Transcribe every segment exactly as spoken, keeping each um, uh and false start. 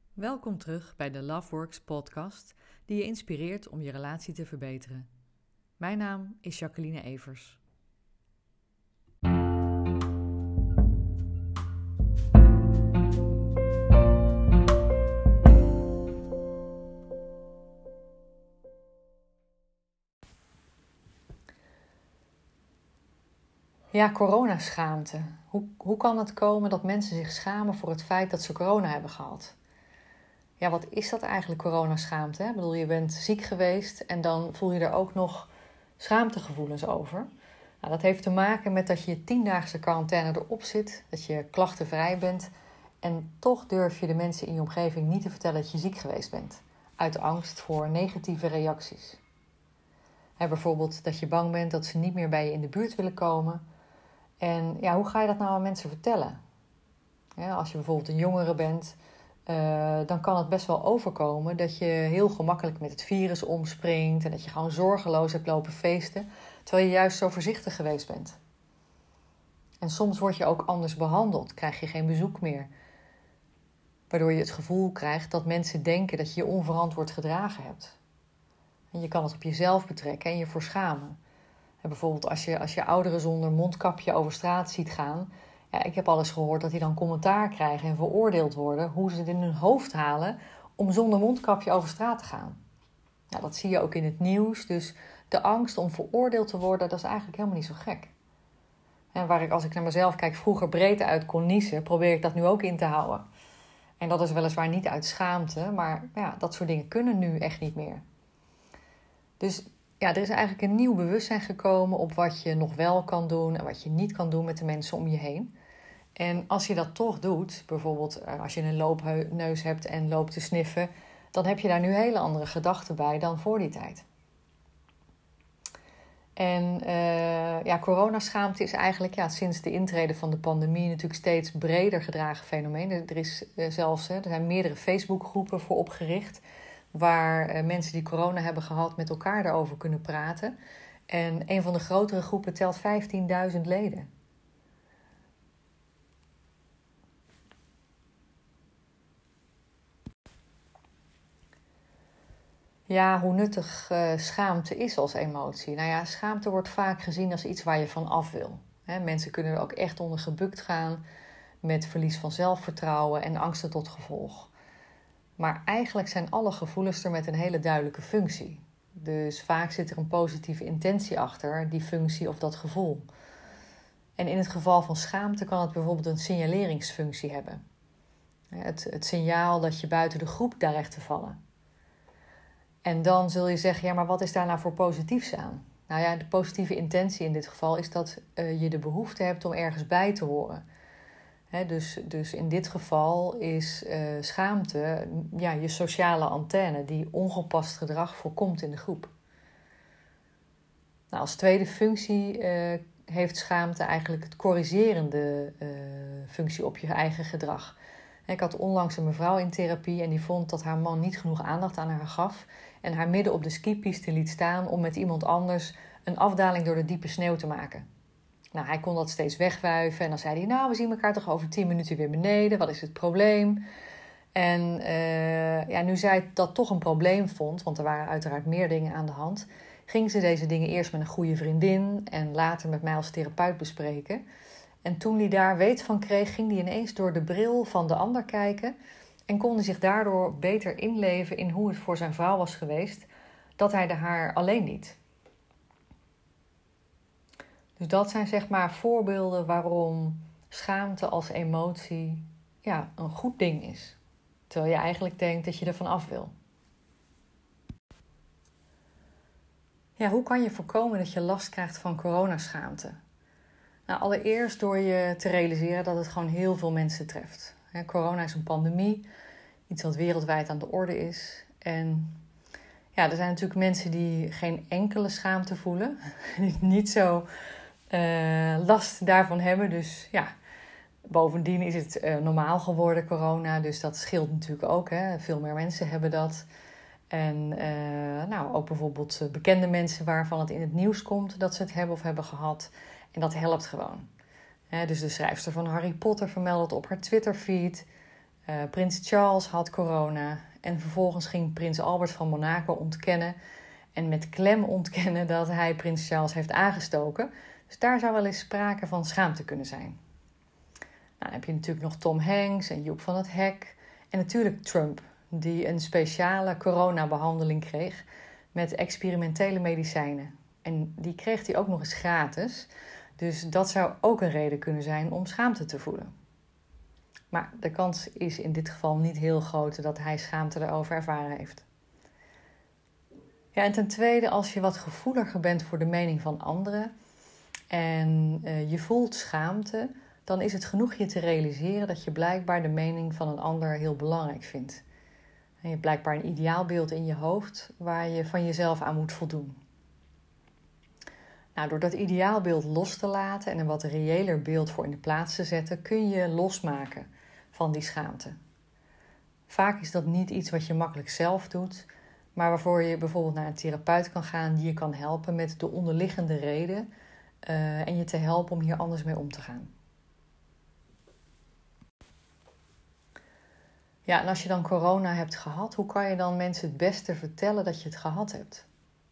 Welkom terug bij de Loveworks podcast die je inspireert om je relatie te verbeteren. Mijn naam is Jacqueline Evers. Ja, coronaschaamte. Hoe, hoe kan het komen dat mensen zich schamen voor het feit dat ze corona hebben gehad? Ja, wat is dat eigenlijk, coronaschaamte? Ik bedoel, je bent ziek geweest en dan voel je er ook nog schaamtegevoelens over. Nou, dat heeft te maken met dat je je tiendaagse quarantaine erop zit, dat je klachtenvrij bent en toch durf je de mensen in je omgeving niet te vertellen dat je ziek geweest bent, uit angst voor negatieve reacties. He, bijvoorbeeld dat je bang bent dat ze niet meer bij je in de buurt willen komen. En ja, hoe ga je dat nou aan mensen vertellen? Ja, als je bijvoorbeeld een jongere bent, uh, dan kan het best wel overkomen dat je heel gemakkelijk met het virus omspringt en dat je gewoon zorgeloos hebt lopen feesten, terwijl je juist zo voorzichtig geweest bent. En soms word je ook anders behandeld, krijg je geen bezoek meer, waardoor je het gevoel krijgt dat mensen denken dat je je onverantwoord gedragen hebt. En je kan het op jezelf betrekken en je voor schamen. En bijvoorbeeld als je, als je ouderen zonder mondkapje over straat ziet gaan. Ja, ik heb al eens gehoord dat die dan commentaar krijgen en veroordeeld worden hoe ze het in hun hoofd halen om zonder mondkapje over straat te gaan. Nou, dat zie je ook in het nieuws. Dus de angst om veroordeeld te worden, dat is eigenlijk helemaal niet zo gek. En waar ik, als ik naar mezelf kijk, vroeger breed uit kon niezen, probeer ik dat nu ook in te houden. En dat is weliswaar niet uit schaamte, maar ja, dat soort dingen kunnen nu echt niet meer. Dus ja, er is eigenlijk een nieuw bewustzijn gekomen op wat je nog wel kan doen en wat je niet kan doen met de mensen om je heen. En als je dat toch doet, bijvoorbeeld als je een loopneus hebt en loopt te sniffen, dan heb je daar nu hele andere gedachten bij dan voor die tijd. En uh, ja, coronaschaamte is eigenlijk ja, sinds de intrede van de pandemie natuurlijk steeds breder gedragen fenomeen. Er is uh, zelfs, hè, er zijn meerdere Facebookgroepen voor opgericht, waar uh, mensen die corona hebben gehad met elkaar daarover kunnen praten. En een van de grotere groepen telt vijftienduizend leden. Ja, hoe nuttig uh, schaamte is als emotie. Nou ja, schaamte wordt vaak gezien als iets waar je van af wil. He, mensen kunnen er ook echt onder gebukt gaan met verlies van zelfvertrouwen en angsten tot gevolg. Maar eigenlijk zijn alle gevoelens er met een hele duidelijke functie. Dus vaak zit er een positieve intentie achter die functie of dat gevoel. En in het geval van schaamte kan het bijvoorbeeld een signaleringsfunctie hebben. Het, het signaal dat je buiten de groep dreigt te vallen. En dan zul je zeggen, ja, maar wat is daar nou voor positiefs aan? Nou ja, de positieve intentie in dit geval is dat uh, je de behoefte hebt om ergens bij te horen. He, dus, dus in dit geval is uh, schaamte ja, je sociale antenne die ongepast gedrag voorkomt in de groep. Nou, als tweede functie uh, heeft schaamte eigenlijk het corrigerende uh, functie op je eigen gedrag. Ik had onlangs een mevrouw in therapie en die vond dat haar man niet genoeg aandacht aan haar gaf en haar midden op de skipiste liet staan om met iemand anders een afdaling door de diepe sneeuw te maken. Nou, hij kon dat steeds wegwuiven en dan zei hij, nou, we zien elkaar toch over tien minuten weer beneden, wat is het probleem? En uh, ja, nu zij dat toch een probleem vond, want er waren uiteraard meer dingen aan de hand, ging ze deze dingen eerst met een goede vriendin en later met mij als therapeut bespreken. En toen hij daar weet van kreeg, ging hij ineens door de bril van de ander kijken en kon hij zich daardoor beter inleven in hoe het voor zijn vrouw was geweest dat hij de haar alleen liet. Dus dat zijn zeg maar voorbeelden waarom schaamte als emotie ja, een goed ding is. Terwijl je eigenlijk denkt dat je er van af wil. Ja, hoe kan je voorkomen dat je last krijgt van coronaschaamte? Nou, allereerst door je te realiseren dat het gewoon heel veel mensen treft. Corona is een pandemie, iets wat wereldwijd aan de orde is. En ja, er zijn natuurlijk mensen die geen enkele schaamte voelen. Die niet zo uh, last daarvan hebben. Dus ja, bovendien is het uh, normaal geworden, corona. Dus dat scheelt natuurlijk ook. Hè. Veel meer mensen hebben dat. En uh, nou, ook bijvoorbeeld bekende mensen waarvan het in het nieuws komt dat ze het hebben of hebben gehad. En dat helpt gewoon. He, dus de schrijfster van Harry Potter vermeldt het op haar Twitterfeed. Uh, Prins Charles had corona en vervolgens ging prins Albert van Monaco ontkennen en met klem ontkennen dat hij prins Charles heeft aangestoken. Dus daar zou wel eens sprake van schaamte kunnen zijn. Nou, dan heb je natuurlijk nog Tom Hanks en Joep van het Hek en natuurlijk Trump, die een speciale coronabehandeling kreeg met experimentele medicijnen. En die kreeg hij ook nog eens gratis. Dus dat zou ook een reden kunnen zijn om schaamte te voelen. Maar de kans is in dit geval niet heel groot dat hij schaamte daarover ervaren heeft. Ja, en ten tweede, als je wat gevoeliger bent voor de mening van anderen en uh, je voelt schaamte, dan is het genoeg je te realiseren dat je blijkbaar de mening van een ander heel belangrijk vindt. En je hebt blijkbaar een ideaalbeeld in je hoofd waar je van jezelf aan moet voldoen. Nou, door dat ideaalbeeld los te laten en een wat reëler beeld voor in de plaats te zetten, kun je losmaken van die schaamte. Vaak is dat niet iets wat je makkelijk zelf doet, maar waarvoor je bijvoorbeeld naar een therapeut kan gaan die je kan helpen met de onderliggende reden uh, en je te helpen om hier anders mee om te gaan. Ja, en als je dan corona hebt gehad, hoe kan je dan mensen het beste vertellen dat je het gehad hebt?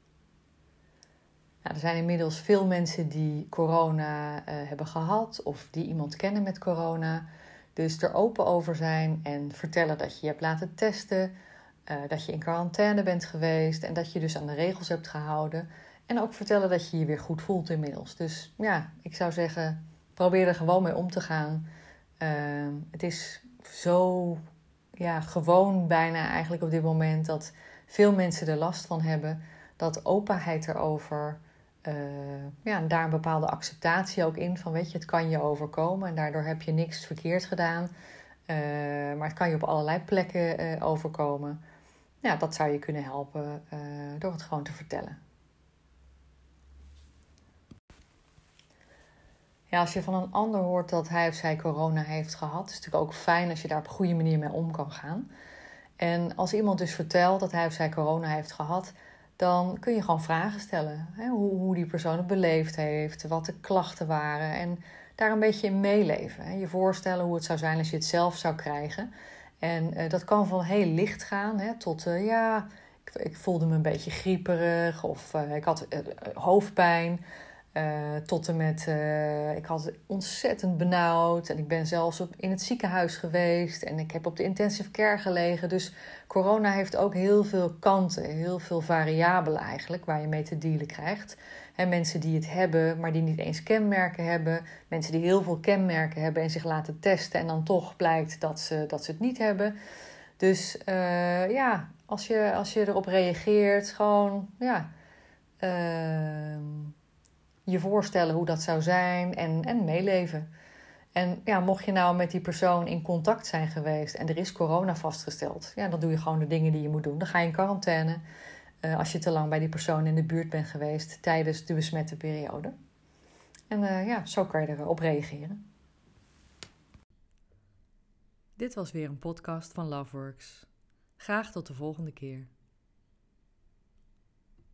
Nou, er zijn inmiddels veel mensen die corona uh, hebben gehad of die iemand kennen met corona. Dus er open over zijn en vertellen dat je je hebt laten testen, uh, dat je in quarantaine bent geweest en dat je dus aan de regels hebt gehouden. En ook vertellen dat je je weer goed voelt inmiddels. Dus ja, ik zou zeggen, probeer er gewoon mee om te gaan. Uh, het is zo ja, gewoon bijna eigenlijk op dit moment dat veel mensen er last van hebben. Dat openheid erover, uh, ja, daar een bepaalde acceptatie ook in van, weet je, het kan je overkomen en daardoor heb je niks verkeerd gedaan. Uh, maar het kan je op allerlei plekken uh, overkomen. Ja, dat zou je kunnen helpen uh, door het gewoon te vertellen. Ja, als je van een ander hoort dat hij of zij corona heeft gehad, is het natuurlijk ook fijn als je daar op een goede manier mee om kan gaan. En als iemand dus vertelt dat hij of zij corona heeft gehad, dan kun je gewoon vragen stellen. Hè, hoe, hoe die persoon het beleefd heeft, wat de klachten waren. En daar een beetje in meeleven. Hè. Je voorstellen hoe het zou zijn als je het zelf zou krijgen. En uh, dat kan van heel licht gaan, hè, tot uh, ja, ik, ik voelde me een beetje grieperig of uh, ik had uh, hoofdpijn. Uh, tot en met, uh, ik had het ontzettend benauwd en ik ben zelfs op, in het ziekenhuis geweest en ik heb op de intensive care gelegen. Dus corona heeft ook heel veel kanten, heel veel variabelen eigenlijk waar je mee te dealen krijgt. En mensen die het hebben, maar die niet eens kenmerken hebben. Mensen die heel veel kenmerken hebben en zich laten testen en dan toch blijkt dat ze, dat ze het niet hebben. Dus uh, ja, als je, als je erop reageert, gewoon ja... Uh, je voorstellen hoe dat zou zijn en, en meeleven. En ja, mocht je nou met die persoon in contact zijn geweest en er is corona vastgesteld, ja, dan doe je gewoon de dingen die je moet doen. Dan ga je in quarantaine uh, als je te lang bij die persoon in de buurt bent geweest tijdens de besmette periode. En uh, ja, zo kan je erop reageren. Dit was weer een podcast van Loveworks. Graag tot de volgende keer.